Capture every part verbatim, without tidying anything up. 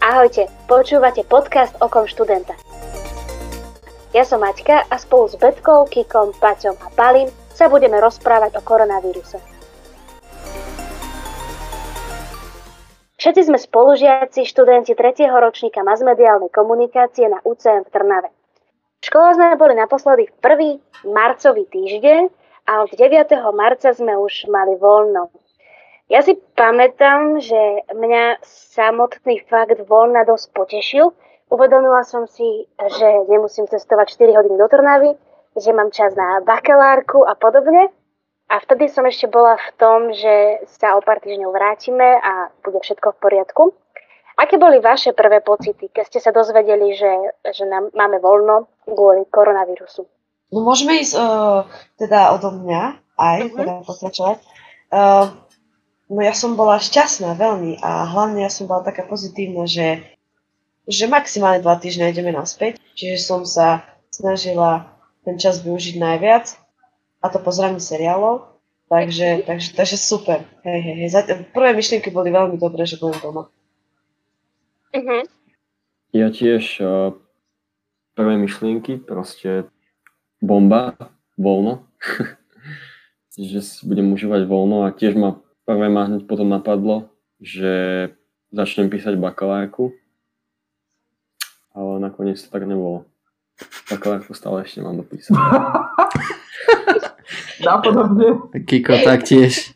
Ahojte, počúvate podcast Okom študenta. Ja som Maťka a spolu s Betkou, Kikom, Paťom a Palim sa budeme rozprávať o koronavíruse. Všetci sme spolužiaci, študenti tretieho ročníka masmediálnej komunikácie na ú cé em v Trnave. V škole sme boli naposledy v prvý marcový týždeň a od deviateho marca sme už mali voľno. Ja si pamätám, že mňa samotný fakt voľna dosť potešil. Uvedomila som si, že nemusím cestovať štyri hodiny do Trnavy, že mám čas na bakalárku a podobne. A vtedy som ešte bola v tom, že sa o pár týždňov vrátime a bude všetko v poriadku. Aké boli vaše prvé pocity, keď ste sa dozvedeli, že, že nám, máme voľno kvôli koronavírusu? No môžeme ísť uh, teda odo mňa aj, uh-huh. teda pokračovať. Uh, No ja som bola šťastná veľmi a hlavne ja som bola taká pozitívna, že, že maximálne dva týždne ideme naspäť. Čiže som sa snažila ten čas využiť najviac a to pozeraním seriálov. Takže, takže, takže super. Hej, hej, hej. Prvé myšlienky boli veľmi dobré, že budem doma. Uh-huh. Ja tiež uh, prvé myšlienky, proste bomba, voľno. Že si budem užívať voľno a tiež ma prvé ma hneď potom napadlo, že začnem písať bakalárku, ale nakoniec to tak nebolo. Bakalárku stále ešte mám dopísať. Napodobne. Kiko taktiež.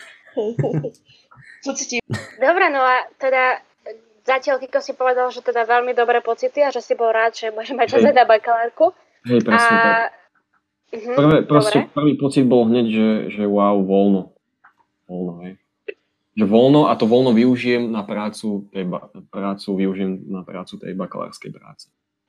Dobre, no a teda zatiaľ Kiko si povedal, že teda veľmi dobré pocity a že si bol rád, že môže mať čas aj na bakalárku. Hej, presne a... tak. Uh-huh, Prvé, proste, prvý pocit bol hneď, že, že wow, voľno. Voľno, hej. Že voľno a to voľno využijem na prácu, tej ba- prácu využijem na prácu tej bakalárskej práce.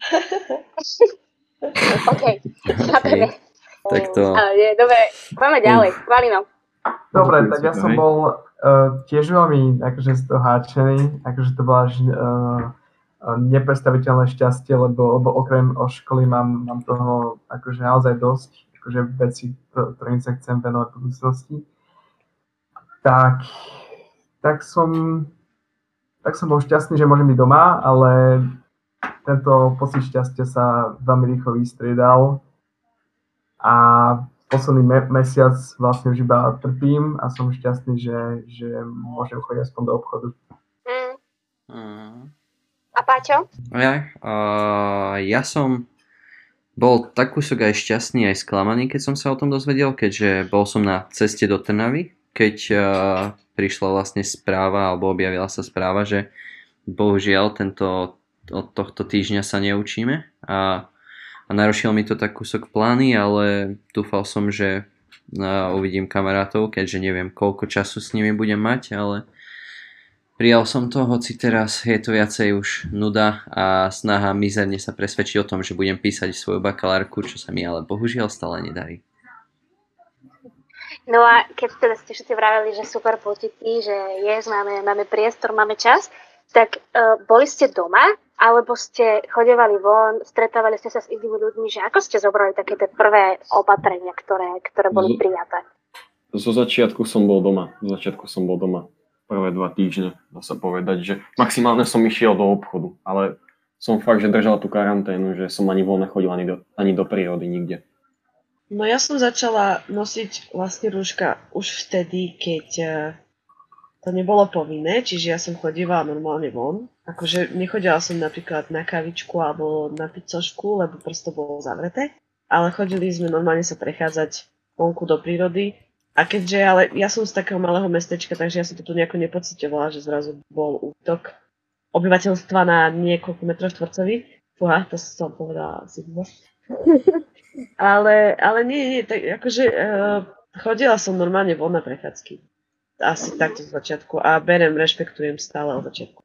OK, chápeme. Tak to... Ale je, dobre, poďme ďalej, Valino. Dobre, tak ja som bol uh, tiež veľmi akože z toho háčený, akože to bolo až uh, nepredstaviteľné šťastie, lebo, lebo okrem o školy mám, mám toho akože naozaj dosť, akože veci, ktorým sa chcem venovať v budúcnosti. Tak, tak som, tak som bol šťastný, že môžem byť doma, ale tento pocit šťastia sa veľmi rýchlo vystriedal a posledný me- mesiac vlastne už iba trpím a som šťastný, že, že môžem chodiť aspoň do obchodu. Mm. Mm. A Páťo? Ja, uh, ja som bol tak kúsok aj šťastný, aj sklamaný, keď som sa o tom dozvedel, keďže bol som na ceste do Trnavy, keď uh, prišla vlastne správa, alebo objavila sa správa, že bohužiaľ tento, od tohto týždňa sa neučíme a, a narušil mi to tak kúsok plány, ale dúfal som, že uh, uvidím kamarátov, keďže neviem, koľko času s nimi budem mať, ale prijal som to, hoci teraz je to viacej už nuda a snaha mizerne sa presvedčiť o tom, že budem písať svoju bakalárku, čo sa mi ale bohužiaľ stále nedarí. No a keď teda ste všetci vraveli, že super pocity, že yes, máme, máme priestor, máme čas, tak uh, boli ste doma, alebo ste chodevali von, stretávali ste sa s inými ľuďmi, že ako ste zobrali také tie prvé opatrenia, ktoré, ktoré boli prijaté? Zo začiatku som bol doma, zo začiatku som bol doma prvé dva týždne, dá sa povedať, že maximálne som išiel do obchodu, ale som fakt, že držal tú karanténu, že som ani von nechodil, ani do, ani do prírody, nikde. No ja som začala nosiť vlastne rúška už vtedy, keď to nebolo povinné, čiže ja som chodívala normálne von. Akože nechodila som napríklad na kavičku alebo na pizzošku, lebo prosto bolo zavreté. Ale chodili sme normálne sa prechádzať vonku do prírody. A keďže, ale ja som z takého malého mestečka, takže ja som to tu nejako nepocitovala, že zrazu bol útok obyvateľstva na niekoľko metrov štvorcových. Fúha, to som povedala asi dnes. Ale, ale nie, nie, tak akože uh, chodila som normálne von na prechádzky. Asi takto z začiatku a berem, rešpektujem stále od začiatku.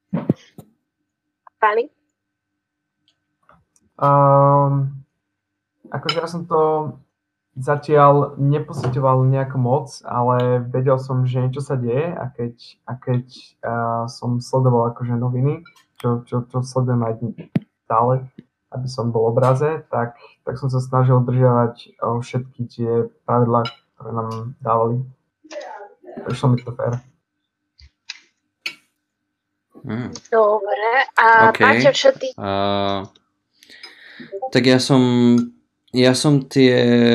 Pali? Um, akože ja som to zatiaľ nepocitoval nejako moc, ale vedel som, že niečo sa deje a keď, a keď uh, som sledoval akože noviny, čo, čo, čo sledujem aj stále, aby som bol v obraze, tak, tak som sa snažil držiavať uh, všetky tie pravidlá, ktoré nám dávali. Prišlo mi to fér. Mm. Dobre, a OK. máte čo ty? Uh, tak ja som, ja som tie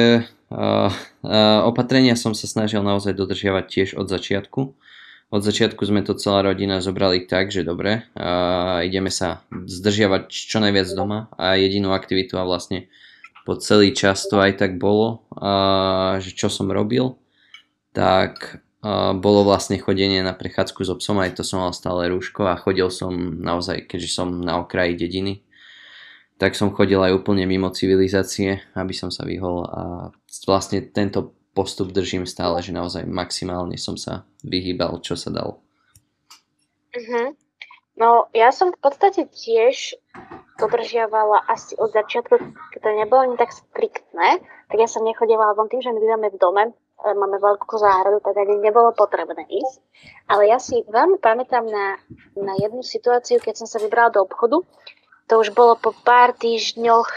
uh, uh, opatrenia som sa snažil naozaj dodržiavať tiež od začiatku. Od začiatku sme to celá rodina zobrali tak, že dobre, uh, ideme sa zdržiavať čo najviac doma a jedinú aktivitu a vlastne po celý čas to aj tak bolo, uh, že čo som robil, tak uh, bolo vlastne chodenie na prechádzku so psom, aj to som mal stále rúško a chodil som naozaj, keďže som na okraji dediny, tak som chodil aj úplne mimo civilizácie, aby som sa vyhol a vlastne tento postup držím stále, že naozaj maximálne som sa vyhýbal, čo sa dalo. Uh-huh. No, ja som v podstate tiež dodržiavala asi od začiatku, keď to nebolo ani tak striktné, tak ja som nechodievala von tým, že my bývame v dome, máme veľkú záhradu, tak ani nebolo potrebné ísť. Ale ja si veľmi pamätám na, na jednu situáciu, keď som sa vybrala do obchodu. To už bolo po pár týždňoch,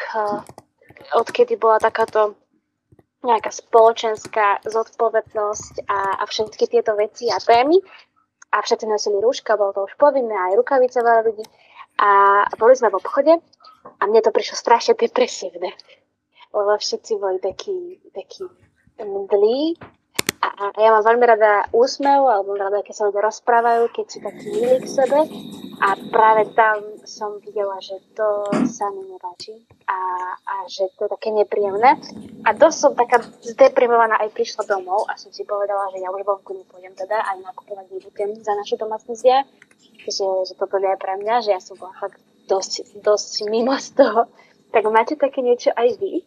odkedy bola takáto nejaká spoločenská zodpovednosť a, a všetky tieto veci a témy. A všetci nosili rúška, bolo to už povinné, aj rukavice veľa ľudí. A boli sme v obchode a mne to prišlo strašne depresívne. Lebo všetci boli takí, takí mdlí. A, a ja mám veľmi rada úsmev, alebo rada, keď sa ľudia rozprávajú, keď sú takí milí k sebe. A práve tam som videla, že to sa mi nepáči a, a že to je také nepríjemné. A dosť som taká zdeprimovaná aj prišla domov a som si povedala, že ja už vonku nepôjdem teda aj nakupovať nebudem za naše domácnosť, že, že toto nie je pre mňa, že ja som bola fakt dosť, dosť mimo z toho. Tak máte také niečo aj vy?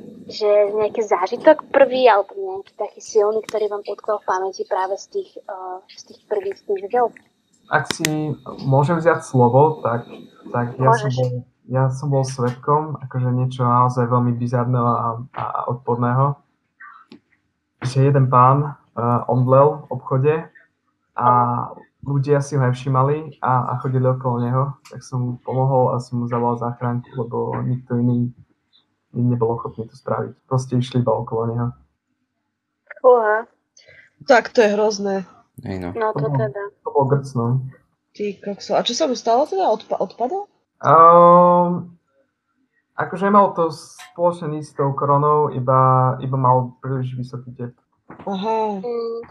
Že nejaký zážitok prvý alebo nejaký taký silný, ktorý vám utkol v pamäti práve z tých, uh, z tých prvých týždňov? Ak si môžem vziať slovo, tak, tak ja, som bol, ja som bol svedkom akože niečo naozaj veľmi bizarného a, a odporného. Že jeden pán uh, omdlel v obchode a ľudia si ho aj všimali a, a chodili okolo neho, tak som mu pomohol a som mu zavolal záchranku, lebo nikto iný nebol ochotný to spraviť. Proste išli iba okolo neho. Uha. Tak to je hrozné. Hej no. No to teda. To bolo grcno. Ty kokso. A čo sa mu stalo teda? Odpa- odpadol? Um, akože nemal to spoločné s tou koronou, iba, iba mal príliš vysoký tep. Aha. Mm.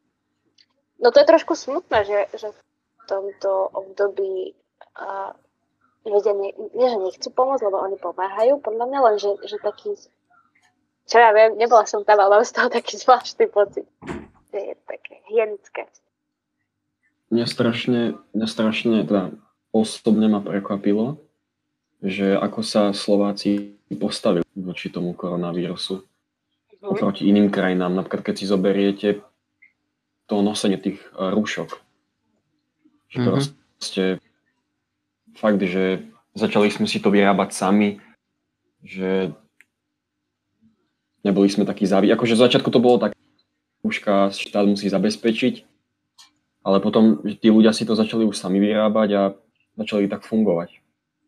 No to je trošku smutné, že, že v tomto období uh, ľudia nie, nie, že nechcú pomôcť, lebo oni pomáhajú, podľa mňa len, že, že taký, čo ja viem, nebola som tam, ale mám z toho taký zvláštny pocit. To je také hygienické. Mňa strašne, mňa strašne, teda osobne ma prekvapilo, že ako sa Slováci postavili voči tomu koronavírusu Mhm. oproti iným krajinám. Napríklad, keď si zoberiete to nosenie tých uh, rúšok. Že Mhm. proste fakt, že začali sme si to vyrábať sami, že neboli sme takí závislí. Akože v začiatku to bolo tak, rúška štát musí zabezpečiť, ale potom že tí ľudia si to začali už sami vyrábať a začali tak fungovať.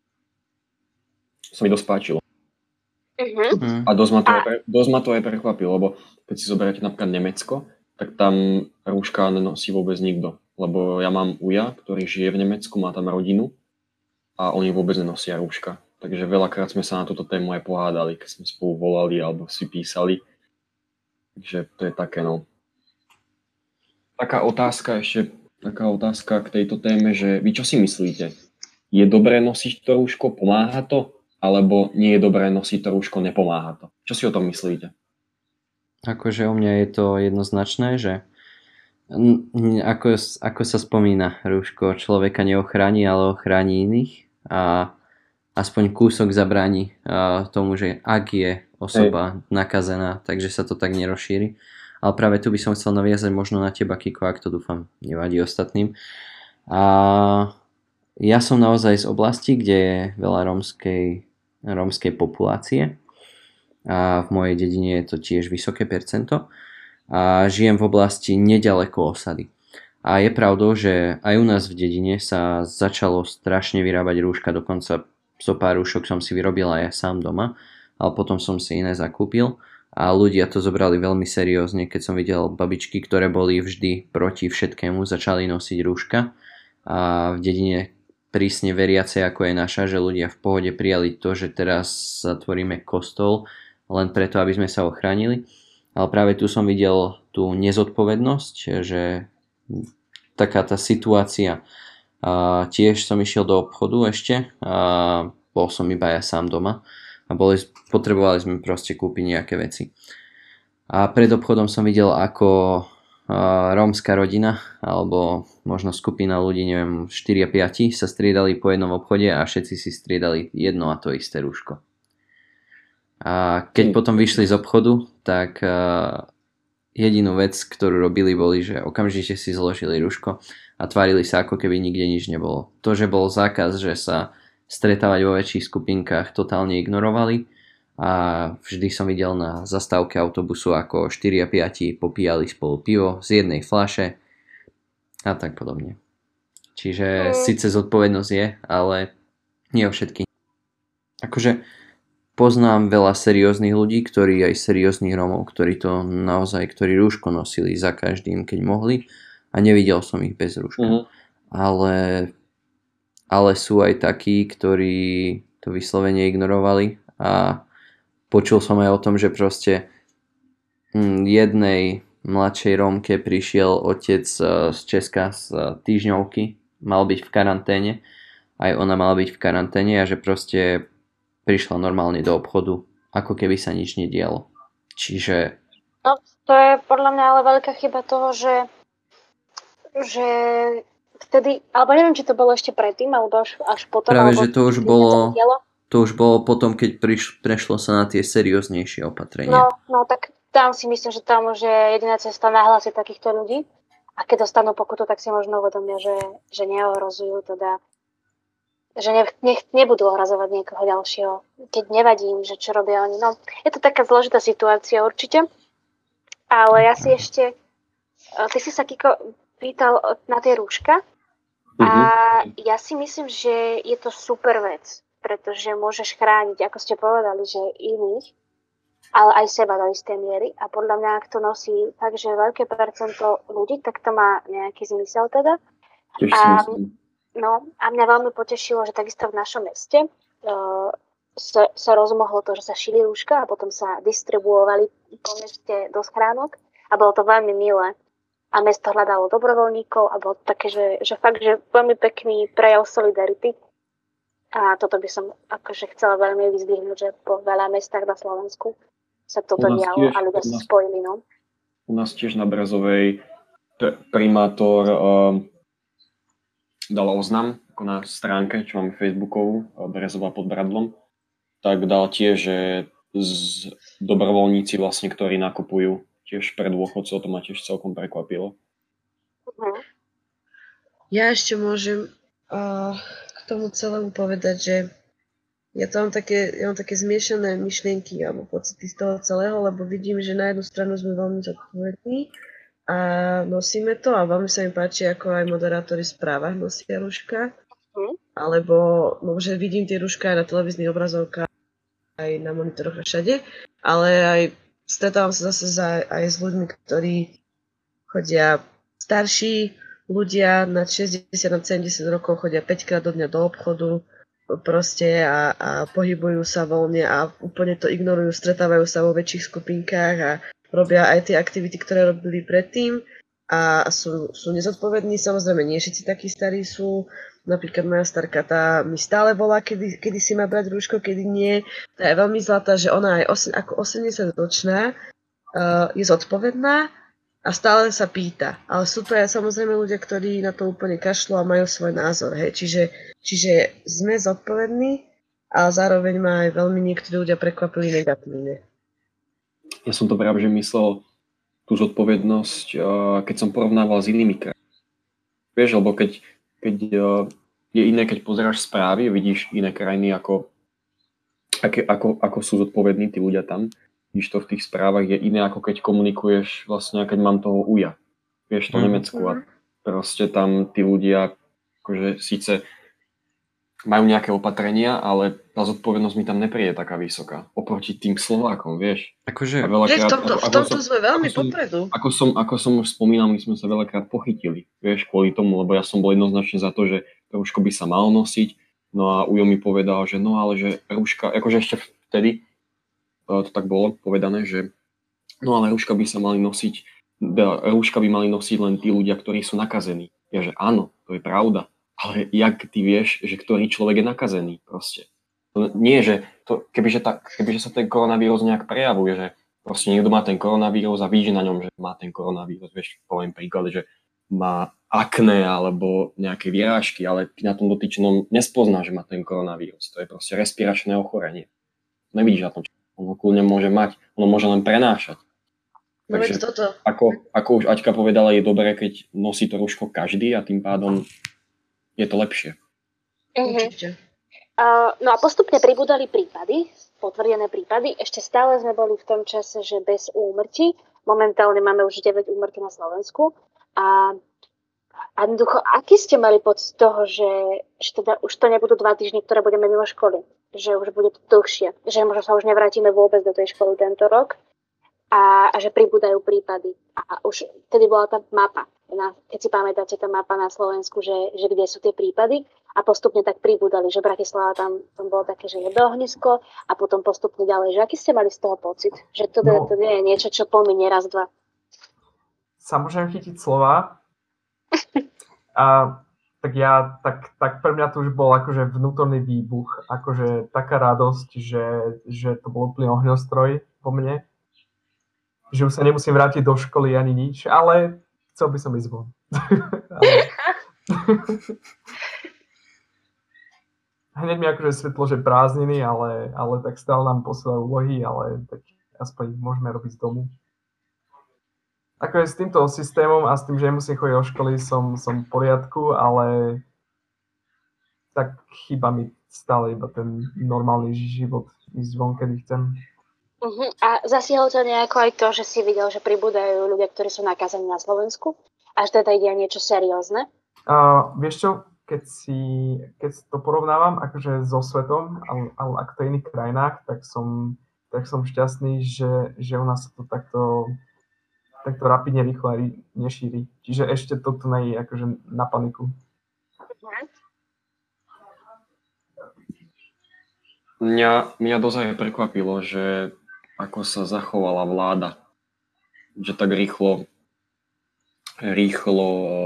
To sa mi dosť páčilo. Mhm. Mm. A dosť ma to, aj, pre- dosť ma to aj prekvapilo, lebo keď si zoberiete napríklad Nemecko, tak tam rúška nenosí vôbec nikto. Lebo ja mám uja, ktorý žije v Nemecku, má tam rodinu a oni vôbec nenosia rúška. Takže veľakrát sme sa na túto tému aj pohádali, keď sme spolu volali alebo si písali. Takže to je také, no. Taká otázka ešte, taká otázka k tejto téme, že vy čo si myslíte? Je dobré nosiť to rúško, pomáha to? Alebo nie je dobré nosiť to rúško, nepomáha to? Čo si o tom myslíte? Akože u mňa je to jednoznačné, že n- n- ako, ako sa spomína, rúško človeka neochráni, ale ochráni iných a aspoň kúsok zabráni a, tomu, že ak je osoba Hej. nakazená, takže sa to tak nerozšíri. Ale práve tu by som chcel naviazať možno na teba, Kiko, ak to dúfam nevadí ostatným. A ja som naozaj z oblasti, kde je veľa rómskej, rómskej populácie a v mojej dedine je to tiež vysoké percento a žijem v oblasti nedaleko osady. A je pravdou, že aj u nás v dedine sa začalo strašne vyrábať rúška, dokonca zo pár rúšok som si vyrobil aj ja sám doma, ale potom som si iné zakúpil a ľudia to zobrali veľmi seriózne, keď som videl babičky, ktoré boli vždy proti všetkému, začali nosiť rúška a v dedine prísne veriacej ako je naša, že ľudia v pohode prijali to, že teraz zatvoríme kostol len preto, aby sme sa ochránili. Ale práve tu som videl tú nezodpovednosť, že taká tá situácia. A tiež som išiel do obchodu ešte a bol som iba ja sám doma a boli, potrebovali sme proste kúpiť nejaké veci. A pred obchodom som videl, ako a, rómska rodina alebo možno skupina ľudí, neviem, štyri a päť sa striedali po jednom obchode a všetci si striedali jedno a to isté rúško. A keď potom vyšli z obchodu, tak a, jedinú vec, ktorú robili, boli, že okamžite si zložili rúško a tvárili sa, ako keby nikde nič nebolo. To, že bol zákaz, že sa stretávať vo väčších skupinkách, totálne ignorovali a vždy som videl na zastávke autobusu, ako štyri a päť popíjali spolu pivo z jednej fľaše a tak podobne. Čiže mm. síce zodpovednosť je, ale nie o všetky. Akože poznám veľa serióznych ľudí, ktorí aj serióznych Rómov, ktorí to naozaj, ktorí rúško nosili za každým, keď mohli a nevidel som ich bez rúška. Mm-hmm. Ale, ale sú aj takí, ktorí to vyslovene ignorovali a počul som aj o tom, že proste jednej mladšej Rómke prišiel otec z Česka z týždňovky, mal byť v karanténe, aj ona mala byť v karanténe a že proste prišla normálne do obchodu, ako keby sa nič nedialo. Čiže... No, to je podľa mňa ale veľká chyba toho, že že vtedy, alebo neviem, či to bolo ešte predtým, alebo až, až potom. Práve, že to už bolo, to už bolo potom, keď priš, prešlo sa na tie serióznejšie opatrenia. No, no, tak tam si myslím, že tam už je jediná cesta nahlásiť takýchto ľudí a keď dostanú pokutu, tak si možno uvedomia, že, že neohrozujú teda, že ne, nech, nebudú ohrazovať niekoho ďalšieho, keď nevadí im, že čo robia oni. No, je to taká zložitá situácia určite, ale ja si ešte, ty si sa, Kiko, pýtal na tie rúška a ja si myslím, že je to super vec, pretože môžeš chrániť, ako ste povedali, že iných, ale aj seba do istej miery a podľa mňa, ak to nosí tak, že veľké percento ľudí, tak to má nejaký zmysel teda. A, no, a mňa veľmi potešilo, že takisto v našom meste uh, sa, sa rozmohlo to, že sa šili rúška a potom sa distribuovali po meste do schránok a bolo to veľmi milé. A mesto hľadalo dobrovoľníkov a bolo také, že, že fakt, že veľmi pekný prejav solidarity. A toto by som akože chcela veľmi vyzdvihnúť, že po veľa mestách na Slovensku sa toto dialo a ľudia sa spojili. No. U nás tiež na Brezovej pr- primátor uh, dal oznam ako na stránke, čo máme Facebookovú, uh, Brezová pod Bradlom, tak dal tiež, že z dobrovoľníci vlastne, ktorí nakupujú tiež pre dôchodcov, to ma tiež celkom prekvapilo. Uh-huh. Ja ešte môžem uh, k tomu celému povedať, že ja to mám také, ja mám také zmiešané myšlienky alebo pocity z toho celého, lebo vidím, že na jednu stranu sme veľmi zodpovední a nosíme to a veľmi sa mi páči, ako aj moderátori v správach nosia rúška. Uh-huh. Alebo no, že vidím tie rúška aj na televíznych obrazovkách, aj na monitoroch a všade, ale aj stretávam sa zase za, aj s ľuďmi, ktorí chodia starší, ľudia nad šesťdesiat, nad sedemdesiat rokov chodia päť krát do dňa do obchodu proste a, a pohybujú sa voľne a úplne to ignorujú, stretávajú sa vo väčších skupinkách a robia aj tie aktivity, ktoré robili predtým a sú, sú nezodpovední. Samozrejme, nie všetci takí starí sú. Napríklad moja starka, tá mi stále volá, kedy, kedy si má brať rúško, kedy nie. Tá je veľmi zlatá, že ona aj osem, ako osemdesiatročná uh, je zodpovedná a stále sa pýta. Ale sú to aj samozrejme ľudia, ktorí na to úplne kašľú a majú svoj názor. Hej. Čiže, čiže sme zodpovední a zároveň ma aj veľmi niektorí ľudia prekvapili negatívne. Ja som to práve že myslel tú zodpovednosť, uh, keď som porovnával s inými krajinami. Vieš, lebo keď keď uh, je iné, keď pozeráš správy, vidíš iné krajiny, ako, aké, ako, ako sú zodpovední tí ľudia tam, vidíš to v tých správach, je iné, ako keď komunikuješ vlastne, keď mám toho uja. Vieš, to mm. Nemecku a proste tam tí ľudia, akože síce majú nejaké opatrenia, ale tá zodpovednosť mi tam nepríde taká vysoká. Oproti tým Slovákom, vieš. Akože, A veľakrát, v tomto, ako, v ako tomto som, sme veľmi ako som, popredu. Ako som, ako som už spomínal, my sme sa veľakrát pochytili, vieš, kvôli tomu, lebo ja som bol jednoznačne za to, že rúško by sa malo nosiť, no a Ujo mi povedal, že no ale že rúška, akože ešte vtedy to tak bolo povedané, že no ale rúška by sa mali nosiť, rúška by mali nosiť len tí ľudia, ktorí sú nakazení. Ja, že áno, to je pravda, ale jak ty vieš, že ktorý človek je nakazený proste. To nie, že to, kebyže, ta, kebyže sa ten koronavírus nejak prejavuje, že proste niekto má ten koronavírus a vidíš na ňom, že má ten koronavírus, vieš, poviem príklad, že má akné alebo nejaké výrážky, ale ty na tom dotyčnom nespoznáš, že má ten koronavírus. To je proste respiračné ochorenie. Nevidíš na tom, čo ono kľudne môže mať, ono môže len prenášať. No Takže toto. Ako, ako už Aťka povedala, je dobré, keď nosí to rúško každý a tým pádom je to lepšie. Určite. Uh, no a postupne pribudali prípady, potvrdené prípady. Ešte stále sme boli v tom čase, že bez úmrtí. Momentálne máme už deväť úmrtí na Slovensku. A, a jednoducho, aký ste mali pocit toho, že, že teda už to nebudú dva týždne, ktoré budeme mimo školy? Že už bude to dlhšie. Že možno sa už nevrátime vôbec do tej školy tento rok. A, a že pribúdajú prípady. A už vtedy bola tá mapa. Na, keď si pamätáte, tá mapa na Slovensku, že, že kde sú tie prípady. A postupne tak pribúdali, že Bratislava tam, tam bolo také, že je ohnisko a potom postupne ďalej. Že aký ste mali z toho pocit? Že to, no, to nie je niečo, čo pominie raz, dva. Sa môžem chytiť slova. A tak ja, tak, tak pre mňa to už bol akože vnútorný výbuch. Akože taká radosť, že, že to bol úplne ohňostroj po mne. Že už sa nemusím vrátiť do školy ani nič, ale chcel by som ísť von. ale... Hneď mi akože svetlo, že prázdniny, ale, ale tak stále nám posielajú úlohy, ale tak aspoň môžeme robiť z domu. Ako je s týmto systémom a s tým, že nemusím chodiť do školy, som, som v poriadku, ale tak chýba mi stále iba ten normálny život, ísť von, kedy chcem. Uh-huh. A zasiahol to nejako aj to, že si videl, že pribúdajú ľudia, ktorí sú nakazení na Slovensku? Až teda ide niečo seriózne? Uh, vieš čo? Keď, si, keď to porovnávam akože so svetom, ale, ale ako to v iných krajinách, tak som, tak som šťastný, že, že u nás sa to takto, takto rapidne rýchlo nešíri. Čiže ešte toto nie je akože na paniku. Mňa, mňa dosť prekvapilo, že ako sa zachovala vláda. Že tak rýchlo, rýchlo...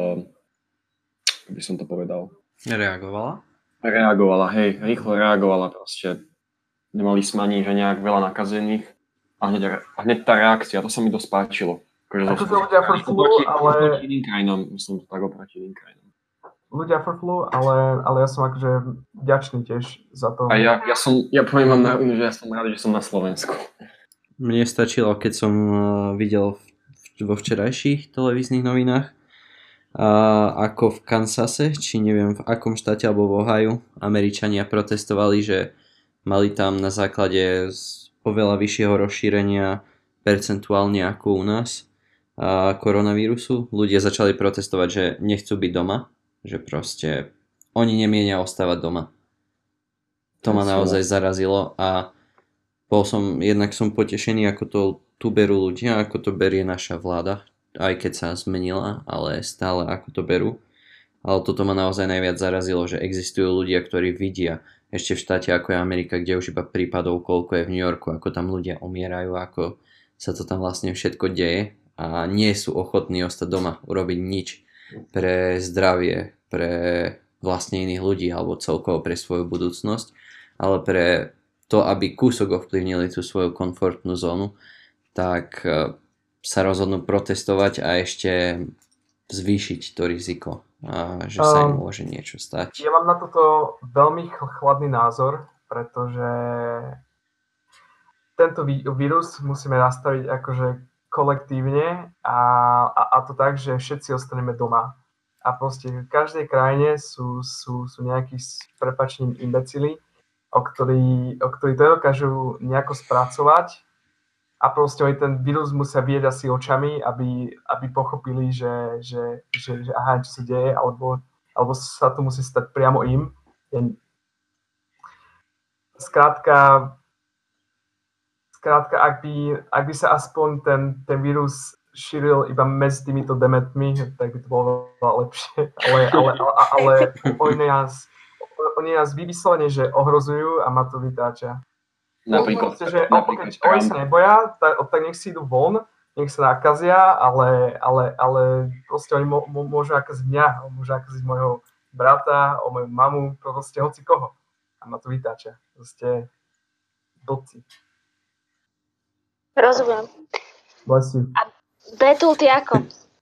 by som to povedal. Reagovala? Reagovala, hej, rýchlo reagovala proste. Nemali sme ani, že nejak veľa nakazených a hneď, a hneď tá reakcia, to sa mi dosť páčilo. Akože ako to ľudia for flu, ale... Oproti iným krajinám, myslím to tak oproti iným krajinám. Ľudia for flu, ale, ale ja som akože vďačný tiež za to. A ja, ja som, ja poviem vám na rovinu, že ja som rád, že som na Slovensku. Mne stačilo, keď som videl vo včerajších televíznych novinách, a ako v Kansase, či neviem v akom štáte alebo v Ohaju, Američania protestovali, že mali tam na základe oveľa vyššieho rozšírenia percentuálne ako u nás a koronavírusu. Ľudia začali protestovať, že nechcú byť doma, že proste oni nemienia ostávať doma. To ma naozaj zarazilo a bol som, jednak som potešený, ako to tu berú ľudia, ako to berie naša vláda, aj keď sa zmenila, ale stále ako to berú. Ale toto ma naozaj najviac zarazilo, že existujú ľudia, ktorí vidia ešte v štáte ako je Amerika, kde už iba prípadov koľko je v New Yorku, ako tam ľudia umierajú, ako sa to tam vlastne všetko deje a nie sú ochotní ostať doma, urobiť nič pre zdravie, pre vlastne iných ľudí alebo celkovo pre svoju budúcnosť, ale pre to, aby kúsok ovplyvnili tú svoju komfortnú zónu, tak sa rozhodnú protestovať a ešte zvýšiť to riziko, a že sa im môže niečo stať. Ja mám na toto veľmi chladný názor, pretože tento vírus musíme nastaviť akože kolektívne a, a, a to tak, že všetci ostaneme doma. A proste v každej krajine sú, sú, sú nejakí s prepáčením imbecili, o ktorí, o ktorí to dokážu nejako spracovať. A proste oni ten vírus musia vidieť asi očami, aby, aby pochopili, že, že, že, že aha, čo sa deje, alebo, alebo sa to musí stať priamo im. Ja skrátka, skrátka ak, by, ak by sa aspoň ten, ten vírus šíril iba medzi týmito demetmi, tak by to bolo lepšie. Ale, ale, ale, ale oni, nás, oni nás vymyslene, že ohrozujú a ma to vytáča. Napríklad, Proste, že napríklad keď oni sa neboja, tak, tak nech si idú von, nech sa nakazia, ale, ale, ale proste oni mo, mo, môžu nakaziť mňa, môžu nakaziť môjho brata, o moju mamu, proste hoci koho. A ma to vytáča. Proste blbci. Rozumiem. Blesi. A Betul, ty ako?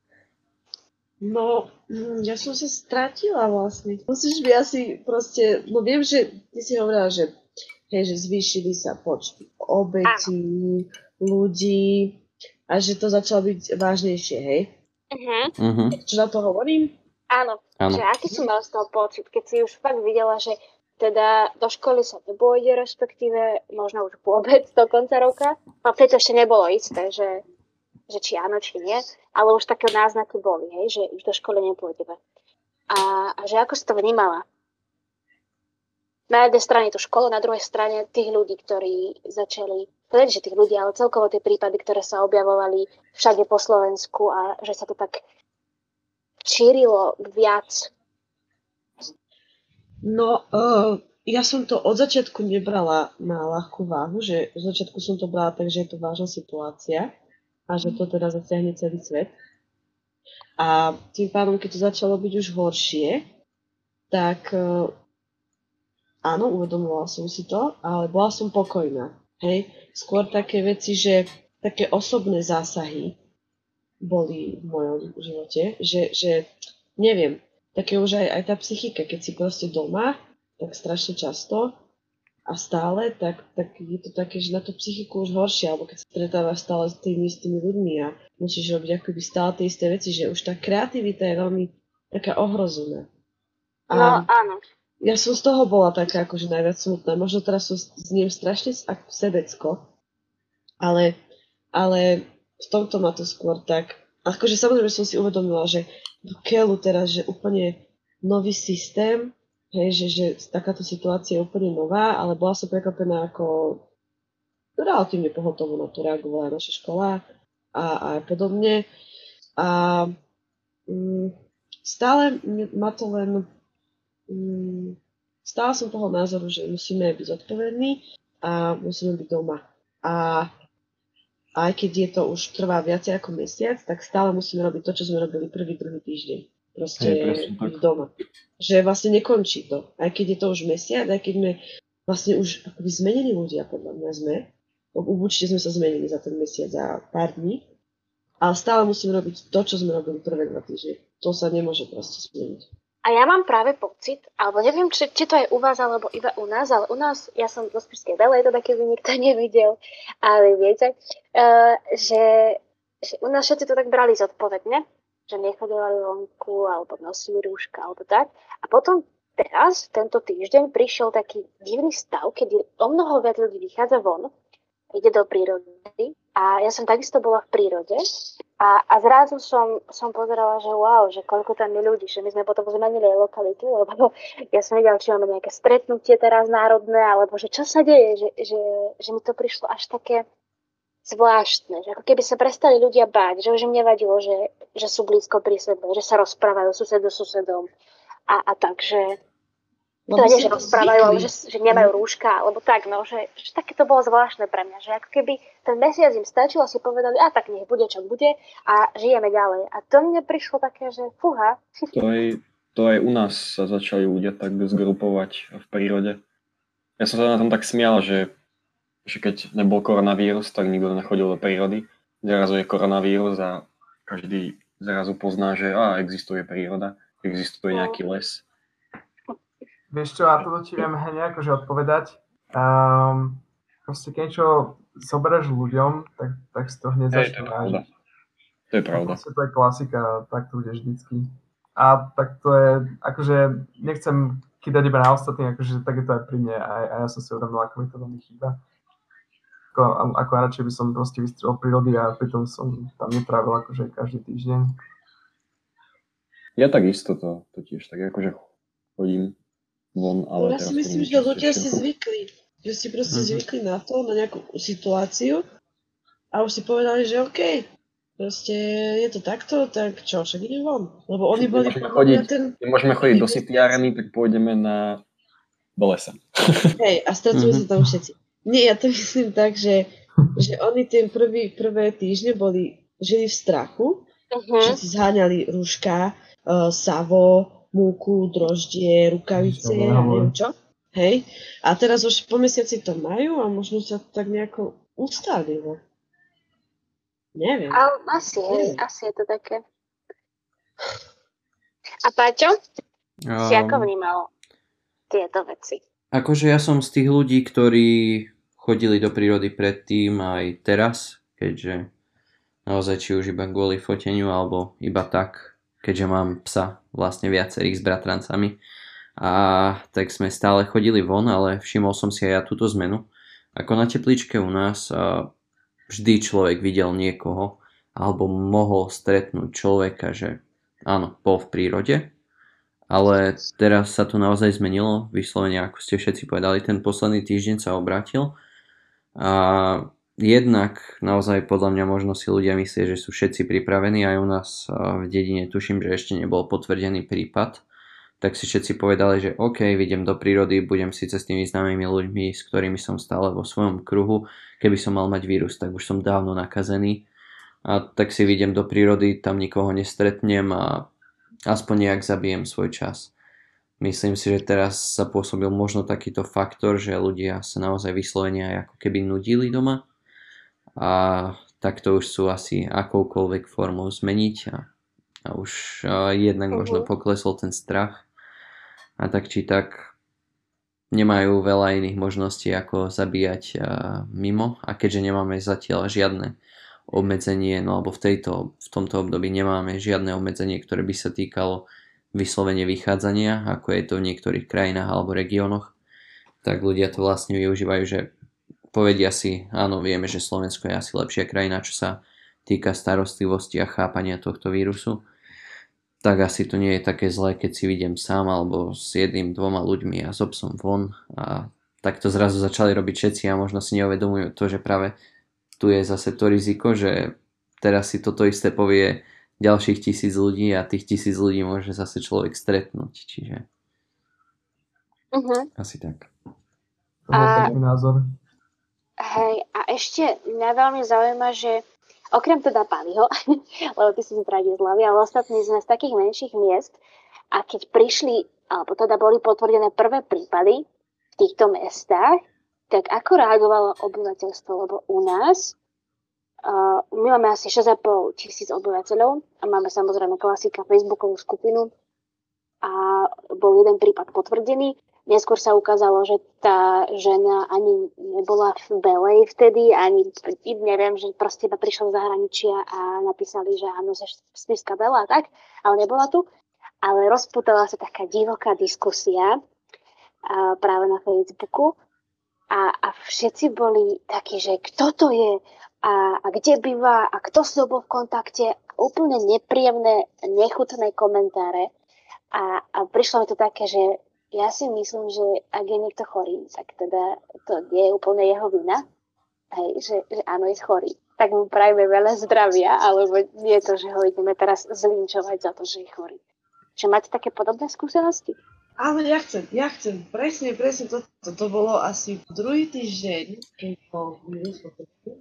No, mm, ja som sa stratila vlastne. Musíš mi asi proste, no viem, že ty si hovorila, že hej, že zvýšili sa počty obetí, ľudí a že to začalo byť vážnejšie, hej? Uh-huh. Mhm. Čo na to hovorím? Áno. Áno. Že aký som mal z toho pocit, keď si už fakt videla, že teda do školy sa nepôjde, respektíve možno už vôbec do konca roka. A vtedy to ešte nebolo isté, že, že či áno, či nie, ale už také náznaky boli, hej, že už do školy nepôjdeme. A, a že ako si to vnímala? Na jednej strane tú školu, na druhej strane tých ľudí, ktorí začali, povedať, že tých ľudí, ale celkovo tie prípady, ktoré sa objavovali všade po Slovensku a že sa to tak šírilo viac. No, uh, ja som to od začiatku nebrala na ľahkú váhu, že od začiatku som to brala tak, že je to vážna situácia a že to teda zasiahne celý svet. A tým pádom, keď to začalo byť už horšie, tak uh, áno, uvedomovala som si to, ale bola som pokojná. Hej? Skôr také veci, že také osobné zásahy boli v mojom živote, že, že neviem, také už aj, aj tá psychika, keď si proste doma, tak strašne často a stále, tak, tak je to také, že na tú psychiku už horšie, alebo keď sa stretávaš stále s tými istými ľuďmi a musíš robiť akoby stále tie isté veci, že už tá kreativita je veľmi taká ohrozená. A No áno. ja som z toho bola taká akože najviac smutná. Možno teraz som zniem strašne ako sebecko, ale, ale v tomto ma to skôr tak, akože samozrejme som si uvedomila, že do keľu teraz, že úplne nový systém, hej, že, že takáto situácia je úplne nová, ale bola som prekvapená, ako relatívne pohotovo na to reagovala naša škola a, a podobne. A mm, stále ma to len, mm, stále som toho názoru, že musíme byť zodpovední a musíme byť doma. A aj keď je to už trvá viac ako mesiac, tak stále musíme robiť to, čo sme robili prvý, druhý týždeň. Proste Hej, presne tak. byť doma. Že vlastne nekončí to. Aj keď je to už mesiac, aj keď sme vlastne už akoby zmenení ľudia, podľa mňa sme. Určite sme sa zmenili za ten mesiac, za pár dní. Ale stále musíme robiť to, čo sme robili prvé dva týždne. To sa nemôže proste zmeniť. A ja mám práve pocit, alebo neviem, či, či to je u vás, alebo iba u nás, ale u nás, ja som do Spišskej Belej, teda keby nikto nevidel, ale viete, uh, že, že u nás všetci to tak brali zodpovedne, že nechodili vonku, alebo nosili rúška, alebo tak. A potom teraz, tento týždeň, prišiel taký divný stav, kedy o mnoho viac ľudí vychádza von, ide do prírody a ja som takisto bola v prírode a, a zrazu som, som pozerala, že wow, že koľko tam je ľudí, že my sme potom zmenili aj lokalitu, lebo ja som videla, či máme nejaké stretnutie teraz národné, alebo že čo sa deje, že, že, že mi to prišlo až také zvláštne, že ako keby sa prestali ľudia báť, že už im nevadilo, že, že sú blízko pri sebe, že sa rozprávajú sused so susedom a, a tak, že Lebo to nie, si že to rozprávajú, zvykli. ale že, že nemajú rúška, alebo tak, no, že, že také to bolo zvláštne pre mňa, že ako keby ten mesiac im stačil a si povedali, a tak nech bude, čo bude a žijeme ďalej. A to mne prišlo také, že fúha. To aj, to aj u nás sa začali ľudia tak zgrupovať v prírode. Ja som sa na tom tak smial, že, že keď nebol koronavírus, tak nikto nechodil do prírody. Zrazu je koronavírus a každý zrazu pozná, že á, existuje príroda, existuje nejaký les. Vieš čo, a toto ti viem hneď akože odpovedať. Um, proste keď niečo zoberieš ľuďom, tak, tak si to hneď Hej, to začne je pravda. vážiť. To je pravda. Proste to je klasika, tak to bude vždycky. A tak to je, akože nechcem kýdať iba na ostatných, akože tak je to aj pri mne a, a ja som si uvedomil, ako mi to veľmi chýba. Ako, ako radšej by som proste vystrelil prírody a pritom som tam netrávil akože každý týždeň. Ja takisto to, to tiež tak akože chodím von, ale Ja teraz si myslím, chodím že ľudia si častejšie. zvykli. Že si proste Mhm. zvykli na to, na nejakú situáciu a už si povedali, že OK, proste je to takto, tak čo, však idem von. Lebo oni boli Nemôžeme podľa chodiť, mňa ten... nemôžeme chodiť do City Areny, tak pôjdeme na do lesa. Hej, a stretli Mhm. sa tam všetci. Nie, ja to myslím tak, že, že oni tie prvý, prvé týždne boli, žili v strachu, Mhm. všetci zháňali rúška, uh, savo, múku, droždie, rukavice, Ježiš, ja nehovor. neviem čo. Hej, a teraz už po mesiaci to majú a možno sa tak nejako ustálilo. Neviem. Ale asi, hej, Neviem. asi je to také. A Paťo, si ako Um, vnímal tieto veci? akože ja som z tých ľudí, ktorí chodili do prírody predtým aj teraz, keďže naozaj či už iba kvôli foteniu alebo iba tak, keďže mám psa vlastne viacerých s bratrancami. A tak sme stále chodili von, ale všimol som si aj ja túto zmenu. Ako na tepličke u nás a vždy človek videl niekoho alebo mohol stretnúť človeka, že áno, bol v prírode. Ale teraz sa to naozaj zmenilo, vyslovene ako ste všetci povedali, ten posledný týždeň sa obrátil a jednak naozaj podľa mňa možno si ľudia myslia, že sú všetci pripravení, aj u nás v dedine tuším, že ešte nebol potvrdený prípad, tak si všetci povedali, že OK, idem do prírody, budem síce s tými známymi ľuďmi, s ktorými som stále vo svojom kruhu, keby som mal mať vírus, tak už som dávno nakazený a tak si idem do prírody, tam nikoho nestretnem a aspoň nejak zabijem svoj čas. Myslím si, že teraz sa pôsobil možno takýto faktor, že ľudia sa naozaj vyslovene aj ako keby nudili doma a takto už sú asi akoukoľvek formou zmeniť a, a už a jednak možno poklesol ten strach a tak či tak nemajú veľa iných možností ako zabíjať a, mimo a keďže nemáme zatiaľ žiadne obmedzenie, no alebo v, tejto, v tomto období nemáme žiadne obmedzenie, ktoré by sa týkalo vyslovene vychádzania, ako je to v niektorých krajinách alebo regiónoch, tak ľudia to vlastne využívajú, že povedia si, áno, vieme, že Slovensko je asi lepšia krajina, čo sa týka starostlivosti a chápania tohto vírusu, tak asi to nie je také zlé, keď si vidím sám alebo s jedným, dvoma ľuďmi a s obsom von a tak to zrazu začali robiť všetci a možno si neuvedomujú to, že práve tu je zase to riziko, že teraz si toto isté povie ďalších tisíc ľudí a tých tisíc ľudí môže zase človek stretnúť, čiže Uh-huh. asi tak. To bol A- pekný názor. Hej, a ešte mňa veľmi zaujíma, že okrem teda Paliho, lebo ty si z Bratislavy, ale ostatní sme z takých menších miest a keď prišli, alebo teda boli potvrdené prvé prípady v týchto mestách, tak ako reagovalo obyvateľstvo, lebo u nás uh, my máme asi šesť a pol tisíc obyvateľov a máme samozrejme klasika Facebookovú skupinu a bol jeden prípad potvrdený. Neskôr sa ukázalo, že tá žena ani nebola v Belej vtedy, ani neviem, že proste iba prišla z zahraničia a napísali, že áno, že Spišská Bela a tak, ale nebola tu. Ale rozputala sa taká divoká diskusia a práve na Facebooku a, a všetci boli takí, že kto to je a, a kde býva a kto s ňou bol v kontakte. Úplne nepríjemné, nechutné komentáre a, a prišlo mi to také, že ja si myslím, že ak je niekto chorý, tak teda to nie je úplne jeho vina, hej, že, že áno, je chorý. Tak mu prajme veľa zdravia, alebo nie je to, že ho ideme teraz zlinčovať za to, že je chorý. Že máte také podobné skúsenosti? Áno, ja chcem, ja chcem. Presne, presne toto. To bolo asi druhý týždeň, keď bol vírus potvrdený.